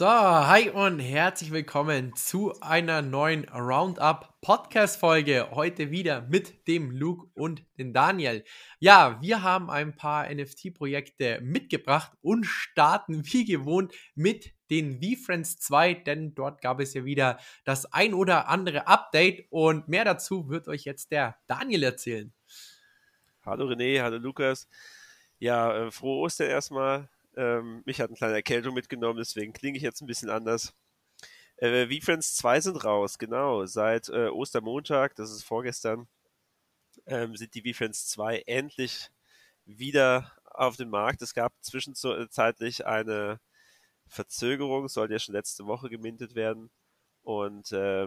So, hi und herzlich willkommen zu einer neuen Roundup-Podcast-Folge. Heute wieder mit dem Luke und dem Daniel. Ja, wir haben ein paar NFT-Projekte mitgebracht und starten wie gewohnt mit den VFriends 2, denn dort gab es ja wieder das ein oder andere Update und mehr dazu wird euch jetzt der Daniel erzählen. Hallo René, hallo Lukas. Ja, frohe Ostern erstmal. Mich hat eine kleine Erkältung mitgenommen, deswegen klinge ich jetzt ein bisschen anders. VFriends 2 sind raus, genau. Seit Ostermontag, das ist vorgestern, sind die VFriends 2 endlich wieder auf dem Markt. Es gab zwischenzeitlich eine Verzögerung, sollte ja schon letzte Woche gemintet werden. Und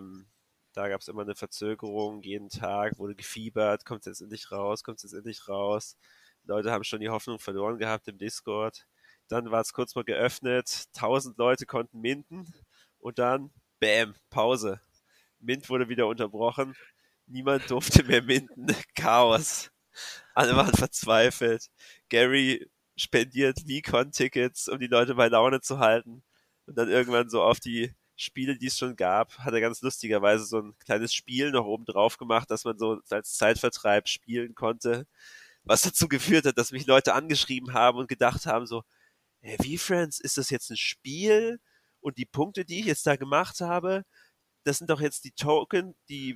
da gab es immer eine Verzögerung. Jeden Tag wurde gefiebert, kommt es jetzt endlich raus, kommt es jetzt endlich raus. Leute haben schon die Hoffnung verloren gehabt im Discord. Dann war es kurz mal geöffnet, 1000 Leute konnten minten und dann, bam, Pause. Mint wurde wieder unterbrochen. Niemand durfte mehr minten. Chaos. Alle waren verzweifelt. Gary spendiert VCon-Tickets, um die Leute bei Laune zu halten. Und dann irgendwann so auf die Spiele, die es schon gab, hat er ganz lustigerweise so ein kleines Spiel noch oben drauf gemacht, dass man so als Zeitvertreib spielen konnte. Was dazu geführt hat, dass mich Leute angeschrieben haben und gedacht haben so, hey, VFriends, ist das jetzt ein Spiel? Und die Punkte, die ich jetzt da gemacht habe, das sind doch jetzt die Token,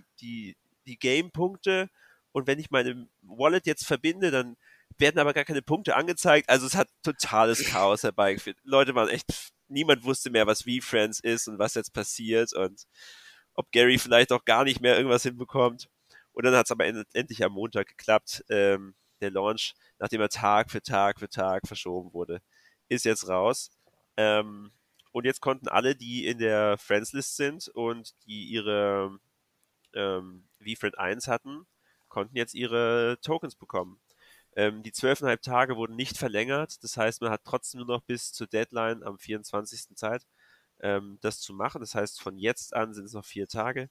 die Game-Punkte. Und wenn ich meine Wallet jetzt verbinde, dann werden aber gar keine Punkte angezeigt. Also es hat totales Chaos herbeigeführt. Leute waren echt, niemand wusste mehr, was VFriends ist und was jetzt passiert und ob Gary vielleicht auch gar nicht mehr irgendwas hinbekommt. Und dann hat es aber endlich am Montag geklappt. Der Launch, nachdem er Tag für Tag für Tag verschoben wurde, ist jetzt raus. Und jetzt konnten alle, die in der Friends-List sind und die ihre VFriend 1 hatten, konnten jetzt ihre Tokens bekommen. Die 12,5 Tage wurden nicht verlängert. Das heißt, man hat trotzdem nur noch bis zur Deadline am 24. Zeit, das zu machen. Das heißt, von jetzt an sind es noch 4 Tage.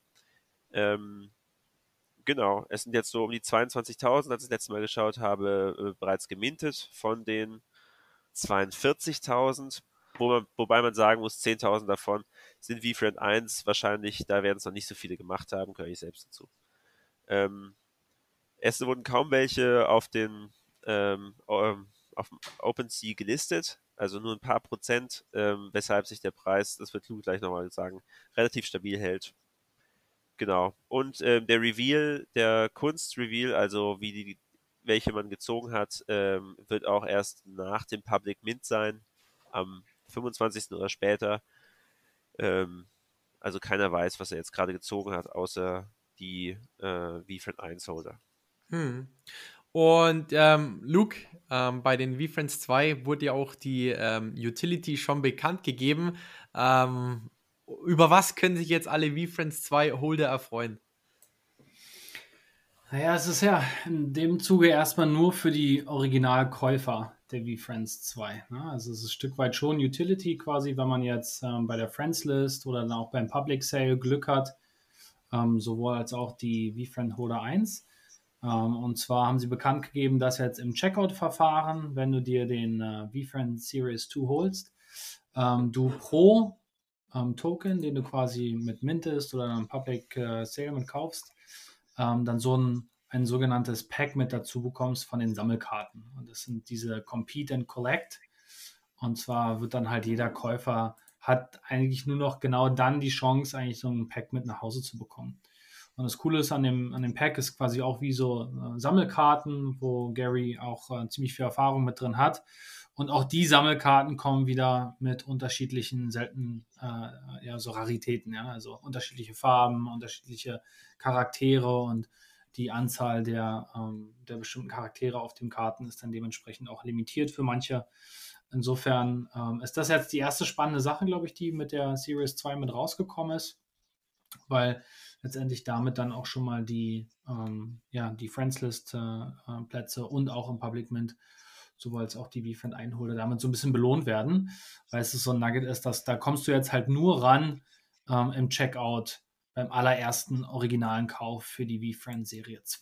Genau, es sind jetzt so um die 22.000, als ich das letzte Mal geschaut habe, bereits gemintet von den 42.000, wobei man sagen muss, 10.000 davon sind VFriend 1 wahrscheinlich, da werden es noch nicht so viele gemacht haben, gehöre ich selbst dazu. Es wurden kaum welche auf auf dem OpenSea gelistet, also nur ein paar Prozent, weshalb sich der Preis, das wird Lou gleich nochmal sagen, relativ stabil hält. Genau. Und der Reveal, der Kunst-Reveal, also welche man gezogen hat, wird auch erst nach dem Public Mint sein, am 25. oder später. Ähm, also keiner weiß, was er jetzt gerade gezogen hat, außer die VFriend 1 Holder. Hm. Und Luke, bei den VFriends 2 wurde ja auch die Utility schon bekannt gegeben. Über was können sich jetzt alle VFriends 2 Holder erfreuen? Naja, es ist ja in dem Zuge erstmal nur für die Originalkäufer der VFriends 2. Ne? Also es ist ein Stück weit schon Utility quasi, wenn man jetzt bei der Friends List oder dann auch beim Public Sale Glück hat, sowohl als auch die VFriend Holder 1. Und zwar haben sie bekannt gegeben, dass jetzt im Checkout-Verfahren, wenn du dir den VFriend Series 2 holst, du pro Token, den du quasi mit mintest oder einem Public Sale mit kaufst, dann so ein sogenanntes Pack mit dazu bekommst von den Sammelkarten. Und das sind diese Compete and Collect. Und zwar wird dann halt jeder Käufer hat eigentlich nur noch genau dann die Chance, eigentlich so ein Pack mit nach Hause zu bekommen. Und das Coole ist an dem Pack ist quasi auch wie so Sammelkarten, wo Gary auch ziemlich viel Erfahrung mit drin hat. Und auch die Sammelkarten kommen wieder mit unterschiedlichen seltenen, ja, so Raritäten, ja, also unterschiedliche Farben, unterschiedliche Charaktere und die Anzahl der bestimmten Charaktere auf den Karten ist dann dementsprechend auch limitiert für manche. Insofern ist das jetzt die erste spannende Sache, glaube ich, die mit der Series 2 mit rausgekommen ist, weil letztendlich damit dann auch schon mal ja, die Friends-List-Plätze und auch im Public Mint, sowohl als auch die VFriend Einholder, damit so ein bisschen belohnt werden, weil es so ein Nugget ist, dass da kommst du jetzt halt nur ran im Checkout beim allerersten originalen Kauf für die VFriend Serie 2.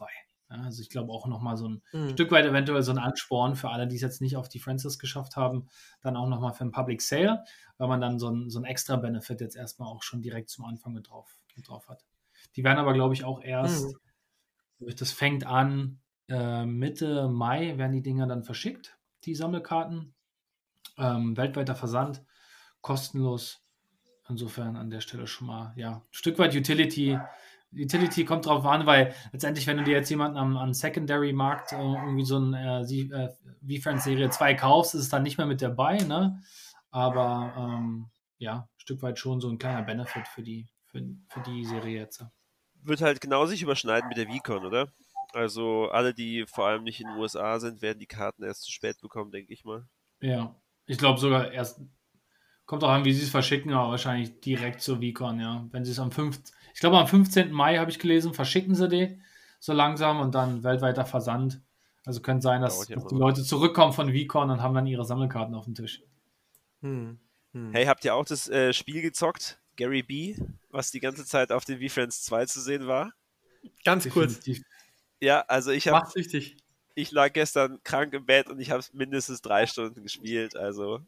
Ja, also ich glaube auch nochmal so ein Mhm. Stück weit eventuell so ein Ansporn für alle, die es jetzt nicht auf die Franchise geschafft haben, dann auch nochmal für ein Public Sale, weil man dann so ein extra Benefit jetzt erstmal auch schon direkt zum Anfang mit drauf hat. Die werden aber, glaube ich, auch erst, das fängt an, Mitte Mai werden die Dinger dann verschickt, die Sammelkarten. Weltweiter Versand, kostenlos. Insofern an der Stelle schon mal, ja, ein Stück weit Utility. Utility kommt drauf an, weil letztendlich, wenn du dir jetzt jemanden am Secondary-Markt irgendwie so ein V-Friends Serie 2 kaufst, ist es dann nicht mehr mit dabei, ne? Aber ja, ein Stück weit schon so ein kleiner Benefit für die Serie jetzt. Wird halt genau sich überschneiden mit der VCon, oder? Also alle, die vor allem nicht in den USA sind, werden die Karten erst zu spät bekommen, denke ich mal. Ja, ich glaube sogar erst, kommt auch an, wie sie es verschicken, aber wahrscheinlich direkt zur VCon, ja. Wenn sie es ich glaube am 15. Mai habe ich gelesen, verschicken sie die so langsam und dann weltweiter Versand. Also könnte sein, Dauert dass, ja dass immer die noch. Leute zurückkommen von VCon und haben dann ihre Sammelkarten auf dem Tisch. Mhm. Mhm. Hey, habt ihr auch das Spiel gezockt? Gary B, was die ganze Zeit auf den V-Friends 2 zu sehen war? Ganz kurz, Definitiv. Ja, also macht süchtig. ich lag gestern krank im Bett und ich habe mindestens 3 Stunden gespielt. Also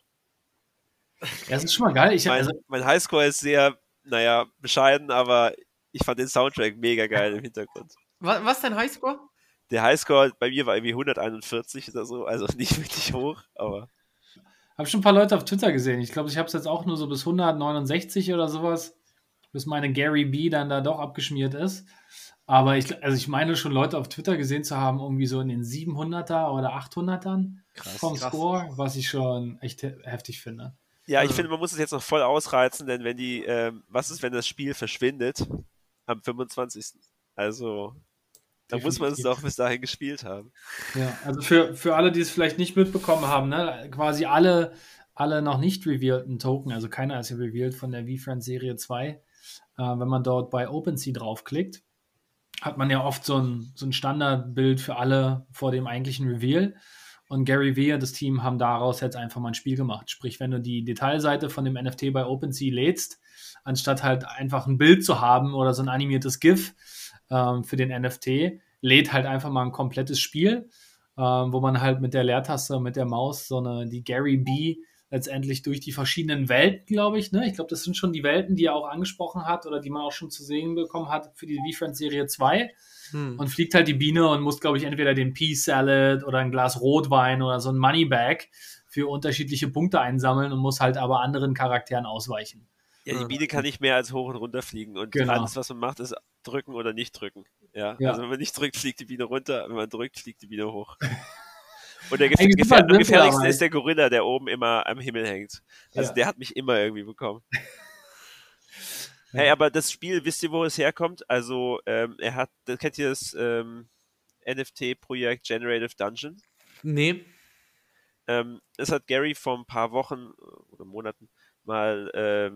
Ja, es ist schon mal geil. mein Highscore ist sehr, naja, bescheiden, aber ich fand den Soundtrack mega geil im Hintergrund. Was ist dein Highscore? Der Highscore bei mir war irgendwie 141 oder so, also nicht wirklich hoch, aber habe schon ein paar Leute auf Twitter gesehen. Ich glaube, ich habe es jetzt auch nur so bis 169 oder sowas, bis meine Gary B dann da doch abgeschmiert ist. Aber ich meine schon Leute auf Twitter gesehen zu haben, irgendwie so in den 700er oder 800ern vom Krass. Score, was ich schon echt heftig finde. ja, ich finde, man muss es jetzt noch voll ausreizen, denn was ist, wenn das Spiel verschwindet am 25.? Also, da muss man es Definitiv. doch bis dahin gespielt haben. Ja, also für alle, die es vielleicht nicht mitbekommen haben, ne, quasi alle noch nicht revealten Token, also keiner ist ja revealed von der V-Friends Serie 2. Wenn man dort bei OpenSea draufklickt, hat man ja oft so ein Standardbild für alle vor dem eigentlichen Reveal. Und Gary Vee und das Team haben daraus jetzt einfach mal ein Spiel gemacht. Sprich, wenn du die Detailseite von dem NFT bei OpenSea lädst, anstatt halt einfach ein Bild zu haben oder so ein animiertes GIF für den NFT, lädt halt einfach mal ein komplettes Spiel, wo man halt mit der Leertaste, mit der Maus die Gary B letztendlich durch die verschiedenen Welten, glaube ich. Ne? Ich glaube, das sind schon die Welten, die er auch angesprochen hat oder die man auch schon zu sehen bekommen hat für die V-Friends Serie 2. Und fliegt halt die Biene und muss, glaube ich, entweder den Pea Salad oder ein Glas Rotwein oder so ein Moneybag für unterschiedliche Punkte einsammeln und muss halt aber anderen Charakteren ausweichen. Ja, die Biene kann nicht mehr als hoch und runter fliegen und Genau. alles, was man macht, ist drücken oder nicht drücken. Ja, Ja. also wenn man nicht drückt, fliegt die Biene runter, wenn man drückt, fliegt die Biene hoch. Und der Eigentlich super am simpel, gefährlichsten aber ist der Gorilla, der oben immer am Himmel hängt. Also Ja. der hat mich immer irgendwie bekommen. Ja. Hey, aber das Spiel, wisst ihr, wo es herkommt? Also, kennt ihr das NFT-Projekt Generative Dungeon? Nee. Das hat Gary vor ein paar Wochen oder Monaten mal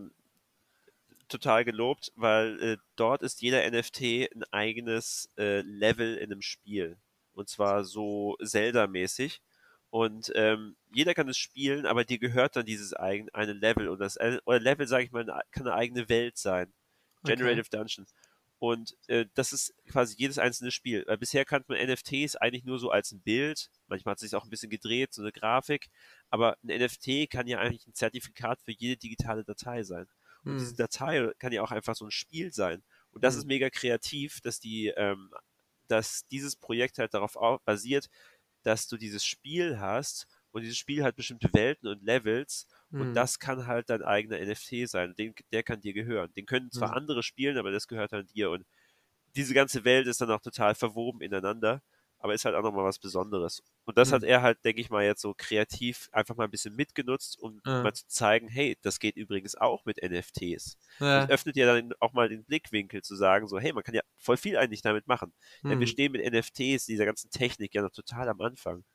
total gelobt, weil dort ist jeder NFT ein eigenes Level in einem Spiel. Und zwar so Zelda-mäßig. Und jeder kann es spielen, aber dir gehört dann dieses eine Level. Und oder Level, sage ich mal, kann eine eigene Welt sein. Generative Dungeon. Und das ist quasi jedes einzelne Spiel. Weil bisher kannte man NFTs eigentlich nur so als ein Bild. Manchmal hat es sich auch ein bisschen gedreht, so eine Grafik. Aber ein NFT kann ja eigentlich ein Zertifikat für jede digitale Datei sein. Und diese Datei kann ja auch einfach so ein Spiel sein. Und das ist mega kreativ, dass dieses Projekt halt darauf basiert, dass du dieses Spiel hast und dieses Spiel hat bestimmte Welten und Levels und das kann halt dein eigener NFT sein. Der kann dir gehören. Den können zwar andere spielen, aber das gehört dann dir. Und diese ganze Welt ist dann auch total verwoben ineinander, aber ist halt auch nochmal was Besonderes. Und das hat er halt, denke ich mal, jetzt so kreativ einfach mal ein bisschen mitgenutzt, um mal zu zeigen, hey, das geht übrigens auch mit NFTs. Das öffnet ja dann auch mal den Blickwinkel zu sagen, so, hey, man kann ja voll viel eigentlich damit machen. Denn wir stehen mit NFTs, dieser ganzen Technik ja noch total am Anfang.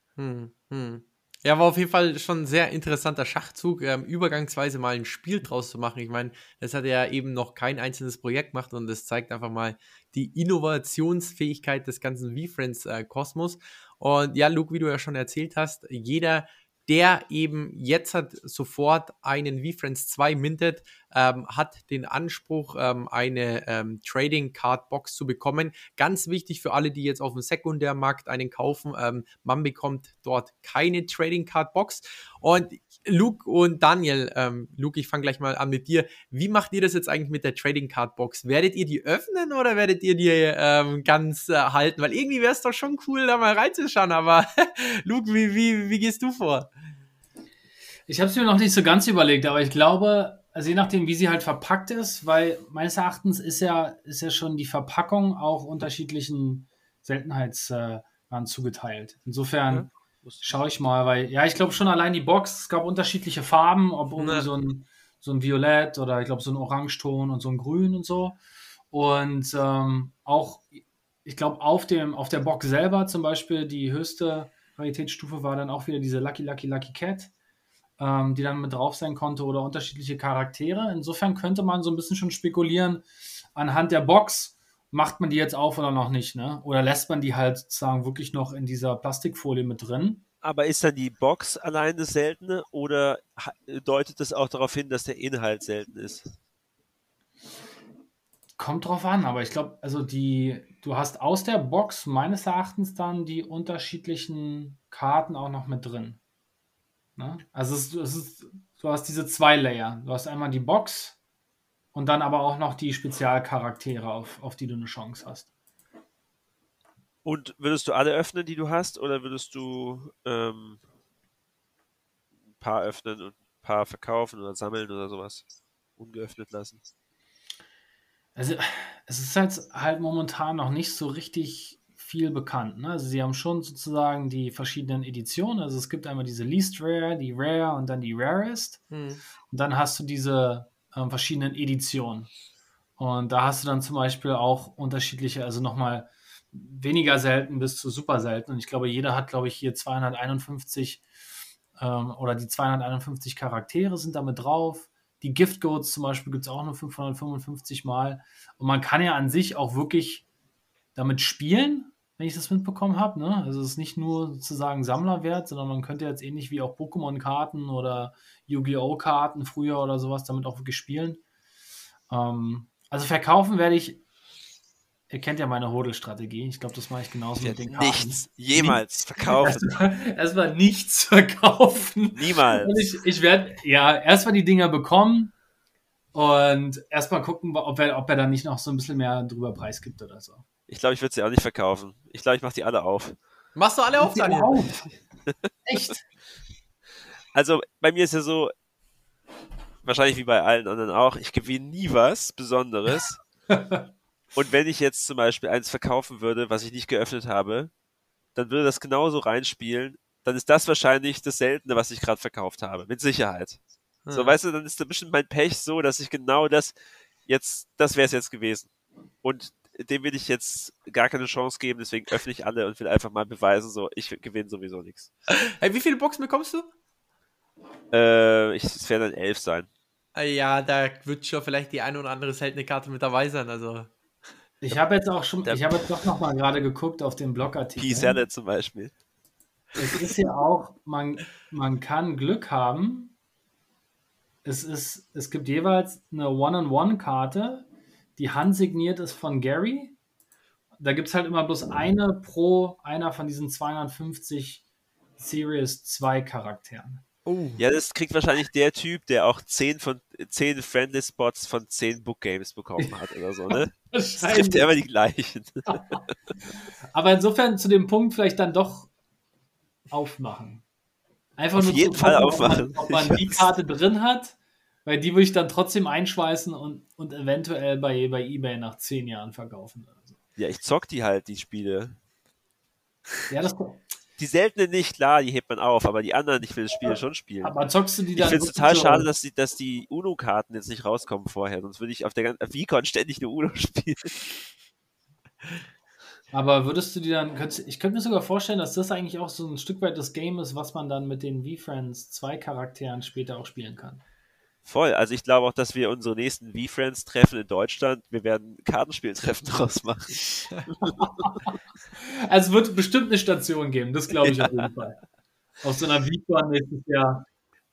Ja, war auf jeden Fall schon ein sehr interessanter Schachzug, übergangsweise mal ein Spiel draus zu machen. Ich meine, das hat ja eben noch kein einzelnes Projekt gemacht und das zeigt einfach mal die Innovationsfähigkeit des ganzen V-Friends-Kosmos. Und ja, Luke, wie du ja schon erzählt hast, jeder, der eben jetzt hat sofort einen V-Friends 2 mintet, hat den Anspruch, eine Trading Card Box zu bekommen. Ganz wichtig für alle, die jetzt auf dem Sekundärmarkt einen kaufen, man bekommt dort keine Trading Card Box. Und Luke und Daniel, Luke, ich fange gleich mal an mit dir. Wie macht ihr das jetzt eigentlich mit der Trading Card Box? Werdet ihr die öffnen oder werdet ihr die ganz halten? Weil irgendwie wäre es doch schon cool, da mal reinzuschauen. Aber Luke, wie gehst du vor? Ich habe es mir noch nicht so ganz überlegt, aber ich glaube, also je nachdem, wie sie halt verpackt ist, weil meines Erachtens ist ja schon die Verpackung auch unterschiedlichen Seltenheitsgraden zugeteilt. Insofern schaue ich mal, weil, ja, ich glaube schon allein die Box, es gab unterschiedliche Farben, ob irgendwie so ein Violett oder ich glaube so ein Orangeton und so ein Grün und so. Und auch, ich glaube, auf der Box selber zum Beispiel die höchste Raritätsstufe war dann auch wieder diese Lucky Cat, die dann mit drauf sein konnte oder unterschiedliche Charaktere. Insofern könnte man so ein bisschen schon spekulieren, anhand der Box, macht man die jetzt auf oder noch nicht, ne? Oder lässt man die halt sozusagen wirklich noch in dieser Plastikfolie mit drin? Aber ist dann die Box allein das Seltene oder deutet das auch darauf hin, dass der Inhalt selten ist? Kommt drauf an, aber ich glaube, also du hast aus der Box meines Erachtens dann die unterschiedlichen Karten auch noch mit drin. Ne? Also du hast diese zwei Layer. Du hast einmal die Box und dann aber auch noch die Spezialcharaktere, auf die du eine Chance hast. Und würdest du alle öffnen, die du hast, oder würdest du ein paar öffnen und ein paar verkaufen oder sammeln oder sowas? Ungeöffnet lassen? Also es ist halt momentan noch nicht so richtig viel bekannt. Ne? Also sie haben schon sozusagen die verschiedenen Editionen. Also es gibt einmal diese Least Rare, die Rare und dann die Rarest. Und dann hast du diese verschiedenen Editionen. Und da hast du dann zum Beispiel auch unterschiedliche, also nochmal weniger selten bis zu super selten. Und ich glaube, jeder hat, glaube ich, hier 251 oder die 251 Charaktere sind damit drauf. Die Gift Codes zum Beispiel gibt es auch nur 555 Mal. Und man kann ja an sich auch wirklich damit spielen, wenn ich das mitbekommen habe. Ne? Also es ist nicht nur sozusagen Sammlerwert, sondern man könnte jetzt ähnlich wie auch Pokémon-Karten oder Yu-Gi-Oh!-Karten früher oder sowas damit auch wirklich spielen. Also verkaufen werde ich, ihr kennt ja meine Hodl-Strategie. Ich glaube, das mache ich genauso mit den Karten. Nichts, jemals verkaufen. Erstmal nichts verkaufen. Niemals. Und ich werde erstmal die Dinger bekommen und erstmal gucken, ob er dann nicht noch so ein bisschen mehr drüber Preis gibt oder so. Ich glaube, ich würde sie auch nicht verkaufen. Ich glaube, ich mache die alle auf. Machst du alle auf, Daniel? Echt? Also bei mir ist ja so, wahrscheinlich wie bei allen anderen auch, ich gewinne nie was Besonderes. Und wenn ich jetzt zum Beispiel eins verkaufen würde, was ich nicht geöffnet habe, dann würde das genauso reinspielen. Dann ist das wahrscheinlich das Seltene, was ich gerade verkauft habe. Mit Sicherheit. So, weißt du, dann ist da bestimmt mein Pech so, dass ich genau das wäre es jetzt gewesen. Und dem will ich jetzt gar keine Chance geben, deswegen öffne ich alle und will einfach mal beweisen, so, ich gewinne sowieso nichts. Hey, wie viele Boxen bekommst du? Es werden dann 11 sein. Ja, da wird schon vielleicht die eine oder andere seltene Karte mit dabei sein, also. Ich habe jetzt doch noch mal gerade geguckt auf den Blogartikel. P-Salad zum Beispiel. Es ist ja auch, man kann Glück haben. Es gibt jeweils eine One-on-One-Karte, die handsigniert ist von Gary. Da gibt es halt immer bloß eine pro einer von diesen 250 Series 2 Charakteren. Oh. Ja, das kriegt wahrscheinlich der Typ, der auch 10 Friendly Spots von 10 Book Games bekommen hat oder so, ne? Das trifft ja immer die gleichen. Aber insofern zu dem Punkt vielleicht dann doch aufmachen. Einfach auf nur jeden Fall aufmachen. Ob man die Karte drin hat, weil die würde ich dann trotzdem einschweißen und eventuell bei eBay nach 10 Jahren verkaufen. Oder so. Ja, ich zock die halt, die Spiele. Ja, die seltenen nicht, klar, die hebt man auf, aber die anderen, ich will das Spiel schon spielen. Aber zockst du die dann? Ich finde es total schade, dass die UNO-Karten jetzt nicht rauskommen vorher, sonst würde ich auf der ganzen VCon ständig eine UNO spielen. Aber würdest du die dann, ich könnte mir sogar vorstellen, dass das eigentlich auch so ein Stück weit das Game ist, was man dann mit den V-Friends 2 Charakteren später auch spielen kann. Voll, also ich glaube auch, dass wir unsere nächsten V-Friends-Treffen in Deutschland, wir werden Kartenspieltreffen draus machen. Also es wird bestimmt eine Station geben, das glaube ich auf jeden Fall. Auf so einer V-Con nächstes Jahr.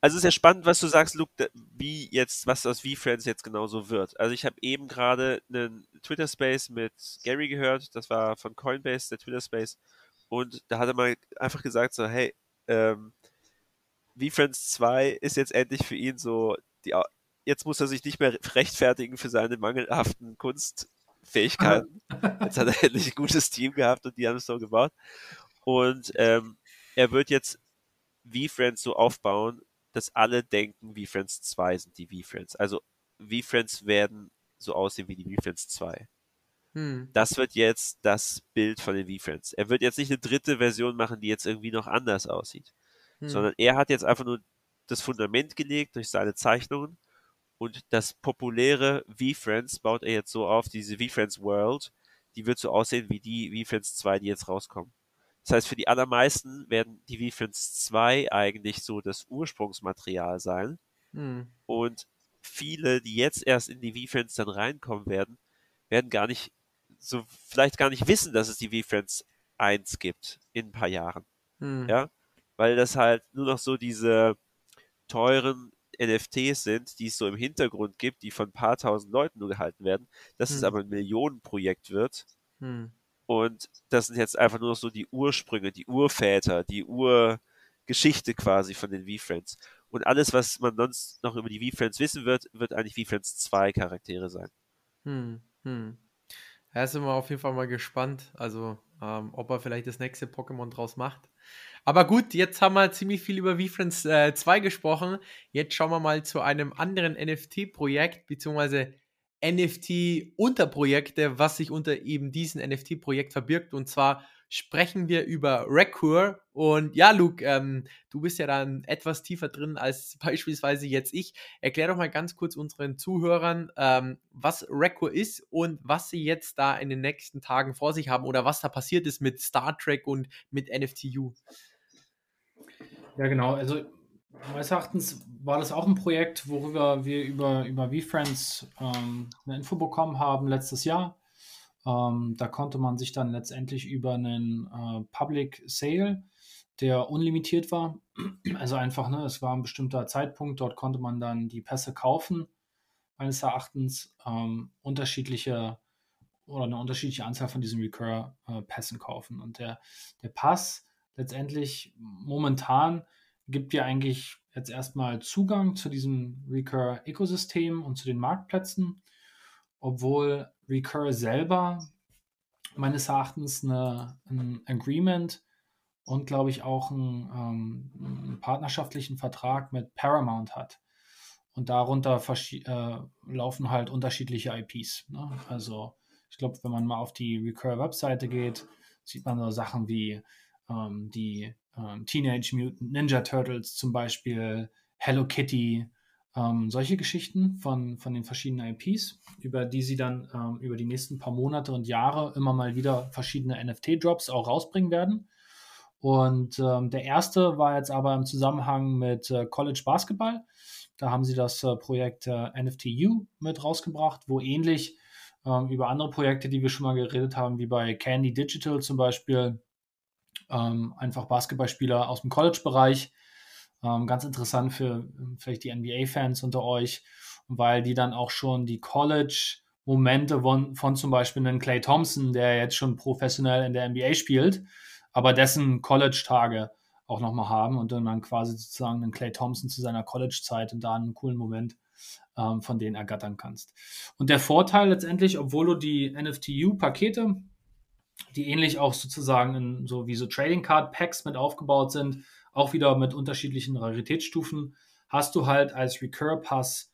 Also es ist ja spannend, was du sagst, Luke, was aus VFriends jetzt genauso wird. Also ich habe eben gerade einen Twitter-Space mit Gary gehört, das war von Coinbase, der Twitter-Space, und da hat er mal einfach gesagt so, hey, ähm, VFriends 2 ist jetzt endlich für ihn so, jetzt muss er sich nicht mehr rechtfertigen für seine mangelhaften Kunstfähigkeiten. Jetzt hat er endlich ein gutes Team gehabt und die haben es so gebaut. Und er wird jetzt VFriends so aufbauen, dass alle denken, VFriends 2 sind die VFriends. Also VFriends werden so aussehen wie die VFriends 2. Hm. Das wird jetzt das Bild von den VFriends. Er wird jetzt nicht eine dritte Version machen, die jetzt irgendwie noch anders aussieht, Hm. sondern er hat jetzt einfach nur das Fundament gelegt durch seine Zeichnungen und das populäre VFriends baut er jetzt so auf, diese VFriends World, die wird so aussehen wie die VFriends 2, die jetzt rauskommen. Das heißt, für die allermeisten werden die VFriends 2 eigentlich so das Ursprungsmaterial sein Hm. und viele, die jetzt erst in die VFriends dann reinkommen werden, werden vielleicht gar nicht wissen, dass es die VFriends 1 gibt in ein paar Jahren. Hm. Ja, weil das halt nur noch so diese teuren NFTs sind, die es so im Hintergrund gibt, die von ein paar tausend Leuten nur gehalten werden, dass es Hm. aber ein Millionenprojekt wird. Hm. Und das sind jetzt einfach nur noch so die Ursprünge, die Urväter, die Urgeschichte quasi von den V-Friends. Und alles, was man sonst noch über die V-Friends wissen wird, wird eigentlich V-Friends 2 Charaktere sein. Hm. Hm. Ja, sind wir auf jeden Fall mal gespannt, also ob er vielleicht das nächste Pokémon draus macht. Aber gut, jetzt haben wir ziemlich viel über VFriends 2 gesprochen. Jetzt schauen wir mal zu einem anderen NFT-Projekt, beziehungsweise NFT-Unterprojekte, was sich unter eben diesem NFT-Projekt verbirgt. Und zwar sprechen wir über Recur. Und ja, Luke, du bist ja dann etwas tiefer drin als beispielsweise jetzt ich. Erklär doch mal ganz kurz unseren Zuhörern, was Recur ist und was sie jetzt da in den nächsten Tagen vor sich haben oder was da passiert ist mit Star Trek und mit NFTU. Ja, genau. Also meines Erachtens war das auch ein Projekt, worüber wir über VFriends eine Info bekommen haben letztes Jahr. Da konnte man sich dann letztendlich über einen Public Sale, der unlimitiert war, also einfach, ne, es war ein bestimmter Zeitpunkt, dort konnte man dann die Pässe kaufen, meines Erachtens unterschiedliche oder eine unterschiedliche Anzahl von diesen Recur-Pässen kaufen. Und der Pass letztendlich momentan gibt dir eigentlich jetzt erstmal Zugang zu diesem Recur-Ökosystem und zu den Marktplätzen, obwohl Recur selber meines Erachtens ein Agreement und glaube ich auch einen partnerschaftlichen Vertrag mit Paramount hat. Und darunter laufen halt unterschiedliche IPs. Ne? Also ich glaube, wenn man mal auf die Recur-Webseite geht, sieht man so Sachen wie die Teenage Mutant Ninja Turtles zum Beispiel, Hello Kitty, solche Geschichten von den verschiedenen IPs, über die sie dann über die nächsten paar Monate und Jahre immer mal wieder verschiedene NFT-Drops auch rausbringen werden. Und der erste war jetzt aber im Zusammenhang mit College Basketball. Da haben sie das Projekt NFTU mit rausgebracht, wo ähnlich über andere Projekte, die wir schon mal geredet haben, wie bei Candy Digital zum Beispiel, einfach Basketballspieler aus dem College-Bereich. Ganz interessant für vielleicht die NBA-Fans unter euch, weil die dann auch schon die College-Momente von zum Beispiel einem Klay Thompson, der jetzt schon professionell in der NBA spielt, aber dessen College-Tage auch nochmal haben und dann quasi sozusagen einen Klay Thompson zu seiner College-Zeit und da einen coolen Moment von denen ergattern kannst. Und der Vorteil letztendlich, obwohl du die NFTU-Pakete, die ähnlich auch sozusagen in so wie so Trading Card Packs mit aufgebaut sind, auch wieder mit unterschiedlichen Raritätsstufen, hast du halt als Recur Pass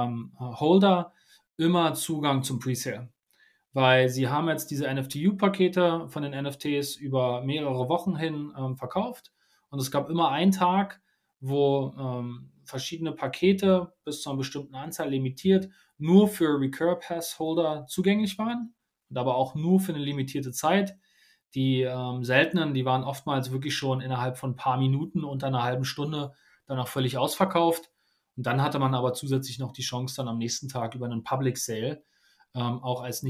Holder immer Zugang zum Presale. Weil sie haben jetzt diese NFTU-Pakete von den NFTs über mehrere Wochen hin verkauft und es gab immer einen Tag, wo verschiedene Pakete bis zu einer bestimmten Anzahl limitiert nur für Recur Pass Holder zugänglich waren und aber auch nur für eine limitierte Zeit. Die seltenen, die waren oftmals wirklich schon innerhalb von ein paar Minuten unter einer halben Stunde dann auch völlig ausverkauft. Und dann hatte man aber zusätzlich noch die Chance, dann am nächsten Tag über einen Public Sale, auch als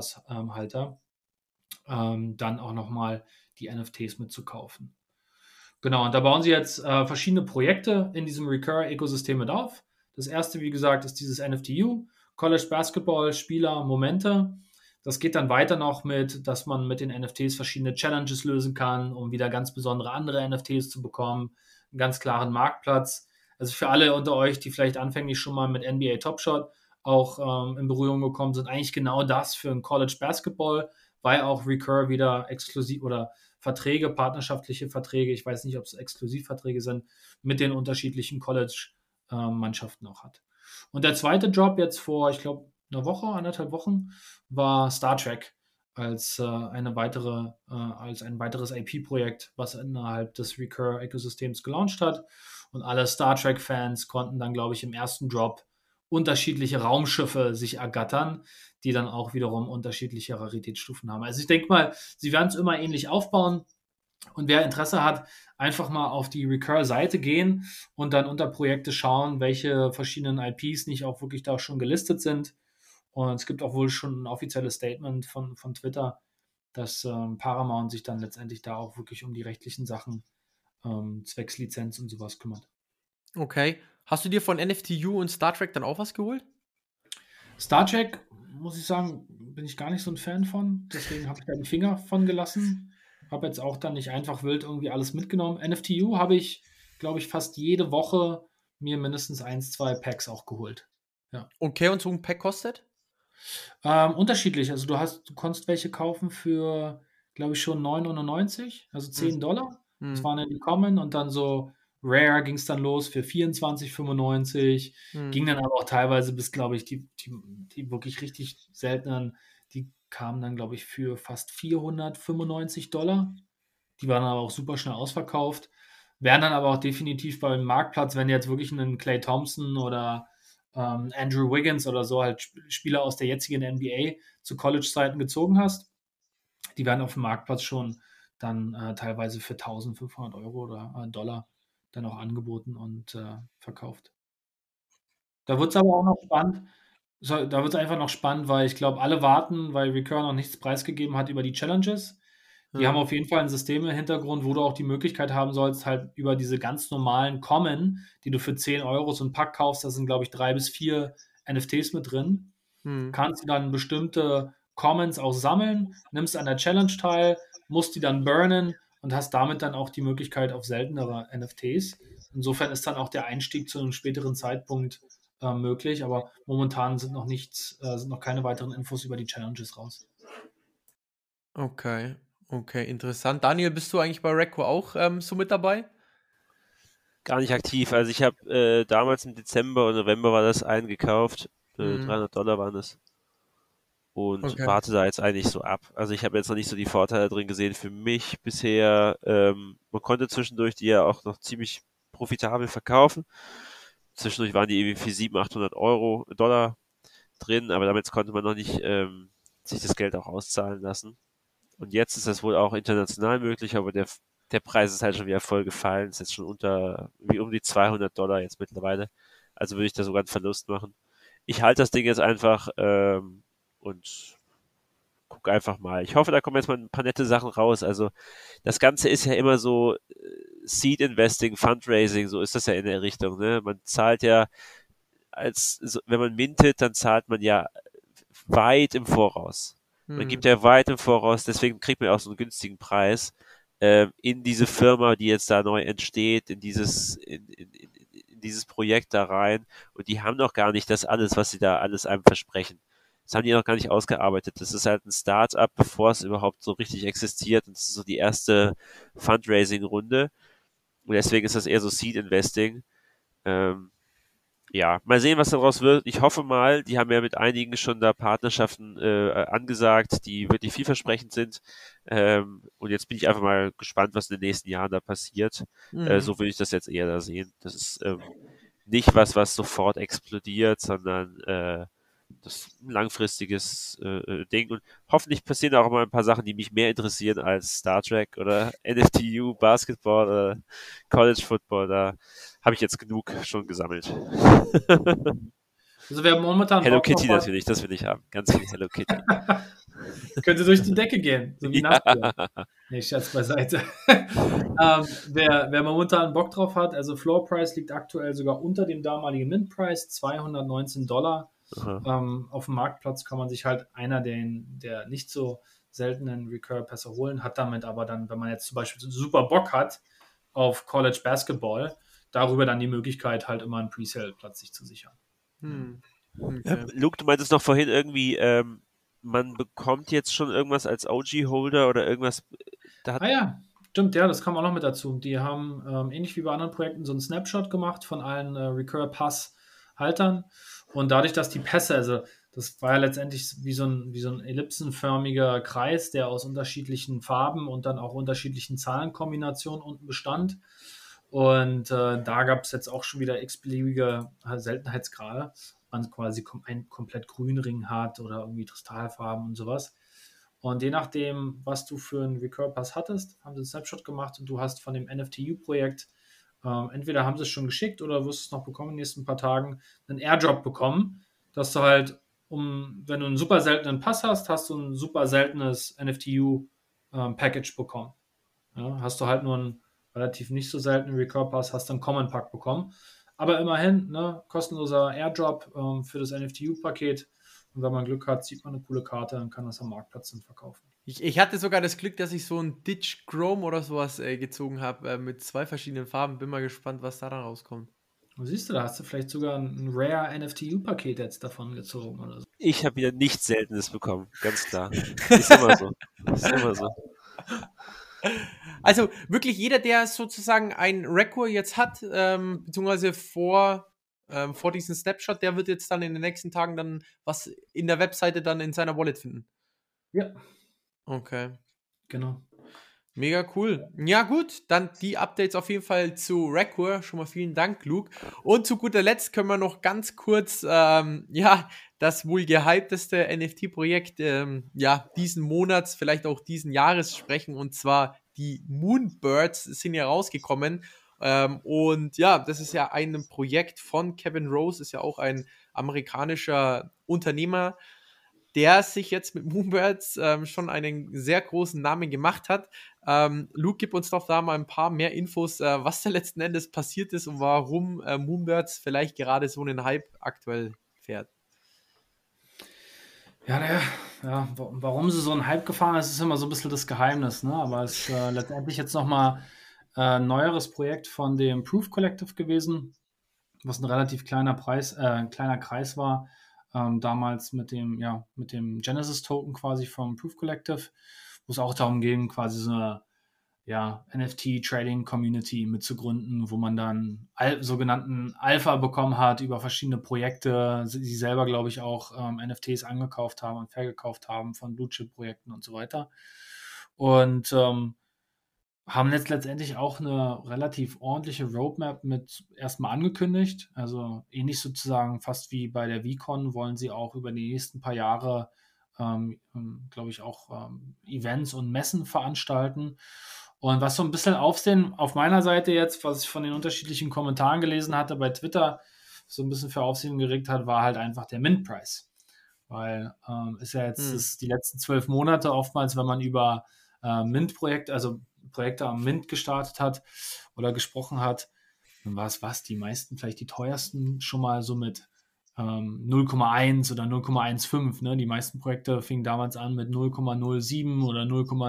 Nicht-Recur-Pass-Halter, dann auch nochmal die NFTs mitzukaufen. Genau, und da bauen sie jetzt verschiedene Projekte in diesem Recur-Ökosystem mit auf. Das erste, wie gesagt, ist dieses NFTU, College Basketball, Spieler, Momente. Das geht dann weiter noch mit, dass man mit den NFTs verschiedene Challenges lösen kann, um wieder ganz besondere andere NFTs zu bekommen. Einen ganz klaren Marktplatz. Also für alle unter euch, die vielleicht anfänglich schon mal mit NBA Top Shot auch in Berührung gekommen sind, eigentlich genau das für ein College Basketball, weil auch Recur wieder exklusiv oder Verträge, partnerschaftliche Verträge, ich weiß nicht, ob es Exklusivverträge sind, mit den unterschiedlichen College-Mannschaften auch hat. Und der zweite Job jetzt vor, ich glaube, einer Woche, 1,5 Wochen, war Star Trek als ein weiteres IP-Projekt, was innerhalb des Recur-Ökosystems gelauncht hat. Und alle Star Trek-Fans konnten dann, glaube ich, im ersten Drop unterschiedliche Raumschiffe sich ergattern, die dann auch wiederum unterschiedliche Raritätsstufen haben. Also ich denke mal, sie werden es immer ähnlich aufbauen. Und wer Interesse hat, einfach mal auf die Recur-Seite gehen und dann unter Projekte schauen, welche verschiedenen IPs nicht auch wirklich da schon gelistet sind. Und es gibt auch wohl schon ein offizielles Statement von Twitter, dass Paramount sich dann letztendlich da auch wirklich um die rechtlichen Sachen zwecks Lizenz und sowas kümmert. Okay. Hast du dir von NFTU und Star Trek dann auch was geholt? Star Trek, muss ich sagen, bin ich gar nicht so ein Fan von. Deswegen habe ich da den Finger von gelassen. Habe jetzt auch dann nicht einfach wild irgendwie alles mitgenommen. NFTU habe ich, glaube ich, fast jede Woche mir mindestens 1, 2 Packs auch geholt. Ja. Okay, und so ein Pack kostet? Unterschiedlich. Also du konntest welche kaufen für, glaube ich, schon 9,99, also $10. Das Hm. waren dann die Common und dann so Rare ging es dann los für 24,95. Ging dann aber auch teilweise bis, glaube ich, die wirklich richtig seltenen, die kamen dann, glaube ich, für fast $495. Die waren aber auch super schnell ausverkauft. Wären dann aber auch definitiv beim Marktplatz, wenn du jetzt wirklich einen Klay Thompson oder Andrew Wiggins oder so halt Spieler aus der jetzigen NBA zu College-Zeiten gezogen hast, die werden auf dem Marktplatz schon dann teilweise für 1.500 € oder Dollar dann auch angeboten und verkauft. Da wird es aber auch noch spannend. Da wird es einfach noch spannend, weil ich glaube, alle warten, weil Recur noch nichts preisgegeben hat über die Challenges. Die haben auf jeden Fall ein System im Hintergrund, wo du auch die Möglichkeit haben sollst, halt über diese ganz normalen Common, die du für 10 € so ein Pack kaufst, da sind, glaube ich, 3 bis 4 NFTs mit drin, kannst du dann bestimmte Commons auch sammeln, nimmst an der Challenge teil, musst die dann burnen und hast damit dann auch die Möglichkeit auf seltenere NFTs. Insofern ist dann auch der Einstieg zu einem späteren Zeitpunkt möglich, aber momentan sind noch keine weiteren Infos über die Challenges raus. Okay, okay, interessant. Daniel, bist du eigentlich bei Recco auch so mit dabei? Gar nicht aktiv. Also ich habe damals im Dezember oder November war das eingekauft. $300 waren es. Und Okay. warte da jetzt eigentlich so ab. Also ich habe jetzt noch nicht so die Vorteile drin gesehen für mich bisher. Man konnte zwischendurch die ja auch noch ziemlich profitabel verkaufen. Zwischendurch waren die irgendwie für 700, 800 Dollar drin, aber damit konnte man noch nicht sich das Geld auch auszahlen lassen. Und jetzt ist das wohl auch international möglich, aber der Preis ist halt schon wieder voll gefallen. Ist jetzt schon wie um die $200 jetzt mittlerweile. Also würde ich da sogar einen Verlust machen. Ich halte das Ding jetzt einfach und guck einfach mal. Ich hoffe, da kommen jetzt mal ein paar nette Sachen raus. Also das Ganze ist ja immer so Seed Investing, Fundraising, so ist das ja in der Richtung. Ne? Man zahlt ja wenn man mintet, dann zahlt man ja weit im Voraus. Man gibt ja weit im Voraus, deswegen kriegt man auch so einen günstigen Preis in diese Firma, die jetzt da neu entsteht, in dieses Projekt da rein. Und die haben noch gar nicht das alles, was sie da alles einem versprechen. Das haben die noch gar nicht ausgearbeitet. Das ist halt ein Start-up, bevor es überhaupt so richtig existiert. Und das ist so die erste Fundraising-Runde. Und deswegen ist das eher so Seed-Investing. Ja, mal sehen, was daraus wird. Ich hoffe mal, die haben ja mit einigen schon da Partnerschaften angesagt, die wirklich vielversprechend sind. Und jetzt bin ich einfach mal gespannt, was in den nächsten Jahren da passiert. So würde ich das jetzt eher da sehen. Das ist nicht was sofort explodiert, sondern das ist ein langfristiges Ding. Und hoffentlich passieren auch mal ein paar Sachen, die mich mehr interessieren als Star Trek oder NFTU, Basketball oder College Football. Da habe ich jetzt genug schon gesammelt. Also wer momentan Hello Bock drauf Kitty hat, natürlich, das will ich haben. Ganz viel Hello Kitty. könnte durch die Decke gehen, so wie Nassbier. Nee, Scherz beiseite. Wer momentan Bock drauf hat, also Floor Price liegt aktuell sogar unter dem damaligen Mint Price, $219. Auf dem Marktplatz kann man sich halt einer der nicht so seltenen Recur-Pässe holen, hat damit aber dann, wenn man jetzt zum Beispiel super Bock hat auf College Basketball, darüber dann die Möglichkeit, halt immer einen Presale-Platz sich zu sichern. Okay. Luke, du meintest noch vorhin irgendwie, man bekommt jetzt schon irgendwas als OG-Holder oder irgendwas. Ja, stimmt, ja, das kam auch noch mit dazu. Die haben ähnlich wie bei anderen Projekten so einen Snapshot gemacht von allen Recur-Pass-Haltern und dadurch, dass die Pässe, also das war ja letztendlich wie so ein ellipsenförmiger Kreis, der aus unterschiedlichen Farben und dann auch unterschiedlichen Zahlenkombinationen unten bestand. Und da gab es jetzt auch schon wieder x-beliebige Seltenheitsgrade. Man quasi einen komplett grünen Ring hat oder irgendwie Kristallfarben und sowas. Und je nachdem, was du für einen Recur-Pass hattest, haben sie einen Snapshot gemacht und du hast von dem NFTU-Projekt, entweder haben sie es schon geschickt oder wirst es noch bekommen in den nächsten paar Tagen, einen Airdrop bekommen, dass du halt, wenn du einen super seltenen Pass hast, hast du ein super seltenes NFTU-Package bekommen. Ja, hast du halt nur einen relativ nicht so seltenen Recur-Pass, hast dann Common Pack bekommen. Aber immerhin, ne, kostenloser Airdrop für das NFTU-Paket. Und wenn man Glück hat, sieht man eine coole Karte und kann das am Marktplatz dann verkaufen. Ich hatte sogar das Glück, dass ich so ein Ditch Chrome oder sowas gezogen habe mit 2 verschiedenen Farben. Bin mal gespannt, was da dann rauskommt. Siehst du, da hast du vielleicht sogar ein Rare NFTU-Paket jetzt davon gezogen oder so. Ich habe wieder nichts Seltenes bekommen, ganz klar. Ist immer so. Ist immer so. Also wirklich jeder, der sozusagen ein Record jetzt hat, beziehungsweise vor diesem Snapshot, der wird jetzt dann in den nächsten Tagen dann was in der Webseite dann in seiner Wallet finden. Ja. Okay. Genau. Mega cool. Ja gut, dann die Updates auf jeden Fall zu Record. Schon mal vielen Dank, Luke. Und zu guter Letzt können wir noch ganz kurz, das wohl gehypteste NFT-Projekt, diesen Monats, vielleicht auch diesen Jahres sprechen. Und zwar die Moonbirds sind ja rausgekommen. Und ja, das ist ja ein Projekt von Kevin Rose, ist ja auch ein amerikanischer Unternehmer, der sich jetzt mit Moonbirds schon einen sehr großen Namen gemacht hat. Luke, gib uns doch da mal ein paar mehr Infos, was da letzten Endes passiert ist und warum Moonbirds vielleicht gerade so einen Hype aktuell fährt. Ja, warum sie so einen Hype gefahren ist immer so ein bisschen das Geheimnis, ne? Aber es ist letztendlich jetzt nochmal ein neueres Projekt von dem Proof Collective gewesen, was ein relativ kleiner Kreis war, damals mit dem Genesis-Token quasi vom Proof Collective, wo es auch darum ging, quasi so eine NFT-Trading-Community mitzugründen, wo man dann sogenannten Alpha bekommen hat über verschiedene Projekte, sie selber, glaube ich, auch NFTs angekauft haben und verkauft haben von Blue-Chip-Projekten und so weiter. Und haben jetzt letztendlich auch eine relativ ordentliche Roadmap mit erstmal angekündigt. Also ähnlich sozusagen fast wie bei der VCon wollen sie auch über die nächsten paar Jahre, glaube ich, auch Events und Messen veranstalten. Und was so ein bisschen Aufsehen auf meiner Seite jetzt, was ich von den unterschiedlichen Kommentaren gelesen hatte bei Twitter, so ein bisschen für Aufsehen geregt hat, war halt einfach der Mint-Price. Weil ist ja jetzt die letzten 12 Monate oftmals, wenn man über Mint-Projekte, also Projekte am Mint gestartet hat oder gesprochen hat, dann war es die meisten, vielleicht die teuersten, schon mal so mit 0,1 oder 0,15. Ne? Die meisten Projekte fingen damals an mit 0,07 oder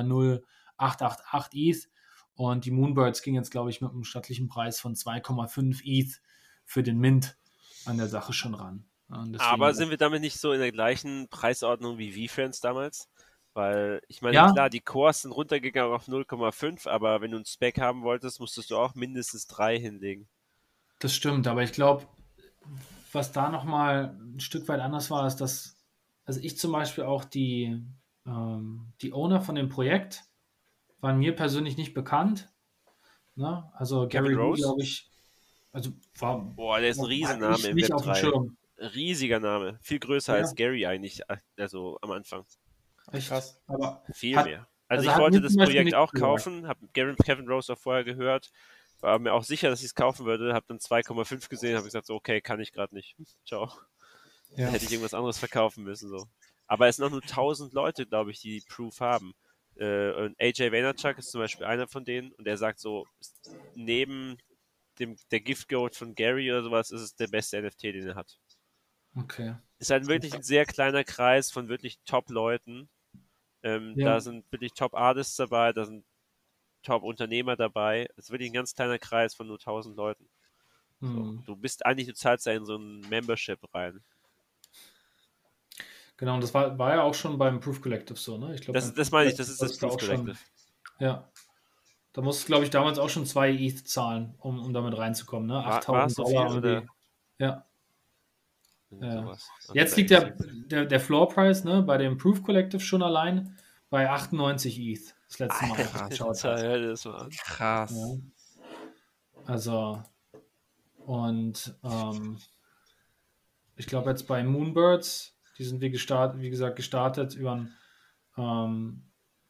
0,0888 ETH und die Moonbirds gingen jetzt, glaube ich, mit einem stattlichen Preis von 2,5 ETH für den Mint an der Sache schon ran. Aber sind wir damit nicht so in der gleichen Preisordnung wie VFriends damals? Weil, ich meine, Ja. klar, die Cores sind runtergegangen auf 0,5, aber wenn du einen Spec haben wolltest, musstest du auch mindestens 3 hinlegen. Das stimmt, aber ich glaube, was da nochmal ein Stück weit anders war, ist, dass, also ich zum Beispiel auch die Owner von dem Projekt waren mir persönlich nicht bekannt. Ne? Also Kevin Gary Wu, Rose? glaube ich, also war Boah, der ist ein Riesenname ich im nicht Web auf dem 3. Schirm. Riesiger Name. Viel größer Ja. als Gary eigentlich, also am Anfang. Echt? Krass. Aber Viel hat- mehr. Also also ich hat wollte mir das zum Beispiel Projekt nichts auch gesagt. kaufen, habe Kevin Rose auch vorher gehört, war mir auch sicher, dass ich es kaufen würde, habe dann 2,5 gesehen, habe gesagt, so, okay, kann ich gerade nicht. Ciao. Da Ja. hätte ich irgendwas anderes verkaufen müssen. So. Aber es sind auch nur 1000 Leute, glaube ich, die Proof haben. Und AJ Vaynerchuk ist zum Beispiel einer von denen und der sagt so, neben der Gift Code von Gary oder sowas ist es der beste NFT, den er hat. Okay. Ist halt wirklich ein sehr kleiner Kreis von wirklich Top-Leuten. Ja. Da sind wirklich Top-Artists dabei, da sind Top-Unternehmer dabei. Es ist wirklich ein ganz kleiner Kreis von nur 1000 Leuten. So. Du zahlst ja in so ein Membership rein. Genau, und das war ja auch schon beim Proof Collective so, ne? Ich glaube, Das meine ich, das ist das Proof Collective. Ja. Da musst du, glaube ich, damals auch schon 2 ETH zahlen, um damit reinzukommen, ne? War es $8.000 so viel, oder? Ja. Sowas. Also Jetzt liegt der Floor Price, ne, bei dem Proof Collective schon allein bei 98 ETH. Das letzte Mal, als ich geschaut habe. Krass. Ja. Also, und ich glaube jetzt bei Moonbirds, die sind wie gesagt gestartet über ein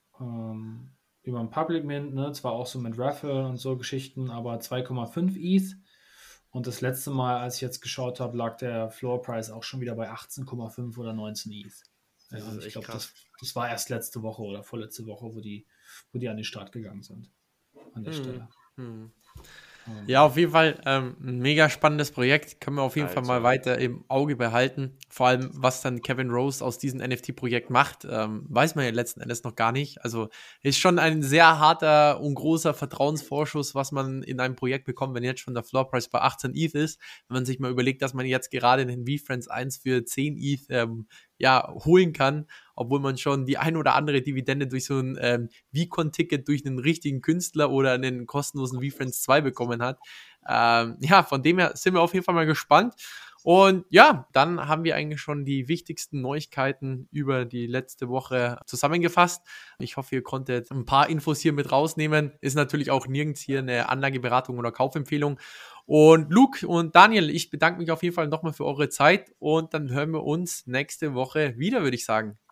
Public Mint, ne? Zwar auch so mit Raffle und so Geschichten, aber 2,5 ETH. Und das letzte Mal, als ich jetzt geschaut habe, lag der Floor Price auch schon wieder bei 18,5 oder 19 ETH. Ja, und ich glaube, das war erst letzte Woche oder vorletzte Woche, wo die an den Start gegangen sind. An der Stelle. Ja, auf jeden Fall ein mega spannendes Projekt. Können wir auf jeden Fall mal weiter im Auge behalten. Vor allem, was dann Kevin Rose aus diesem NFT-Projekt macht, weiß man ja letzten Endes noch gar nicht. Also ist schon ein sehr harter und großer Vertrauensvorschuss, was man in einem Projekt bekommt, wenn jetzt schon der Floorprice bei 18 ETH ist. Wenn man sich mal überlegt, dass man jetzt gerade den VeeFriends 1 für 10 ETH holen kann, obwohl man schon die ein oder andere Dividende durch so ein VCon-Ticket durch einen richtigen Künstler oder einen kostenlosen VeeFriends 2 bekommen hat. Von dem her sind wir auf jeden Fall mal gespannt. Und ja, dann haben wir eigentlich schon die wichtigsten Neuigkeiten über die letzte Woche zusammengefasst. Ich hoffe, ihr konntet ein paar Infos hier mit rausnehmen. Ist natürlich auch nirgends hier eine Anlageberatung oder Kaufempfehlung. Und Luke und Daniel, ich bedanke mich auf jeden Fall nochmal für eure Zeit und dann hören wir uns nächste Woche wieder, würde ich sagen.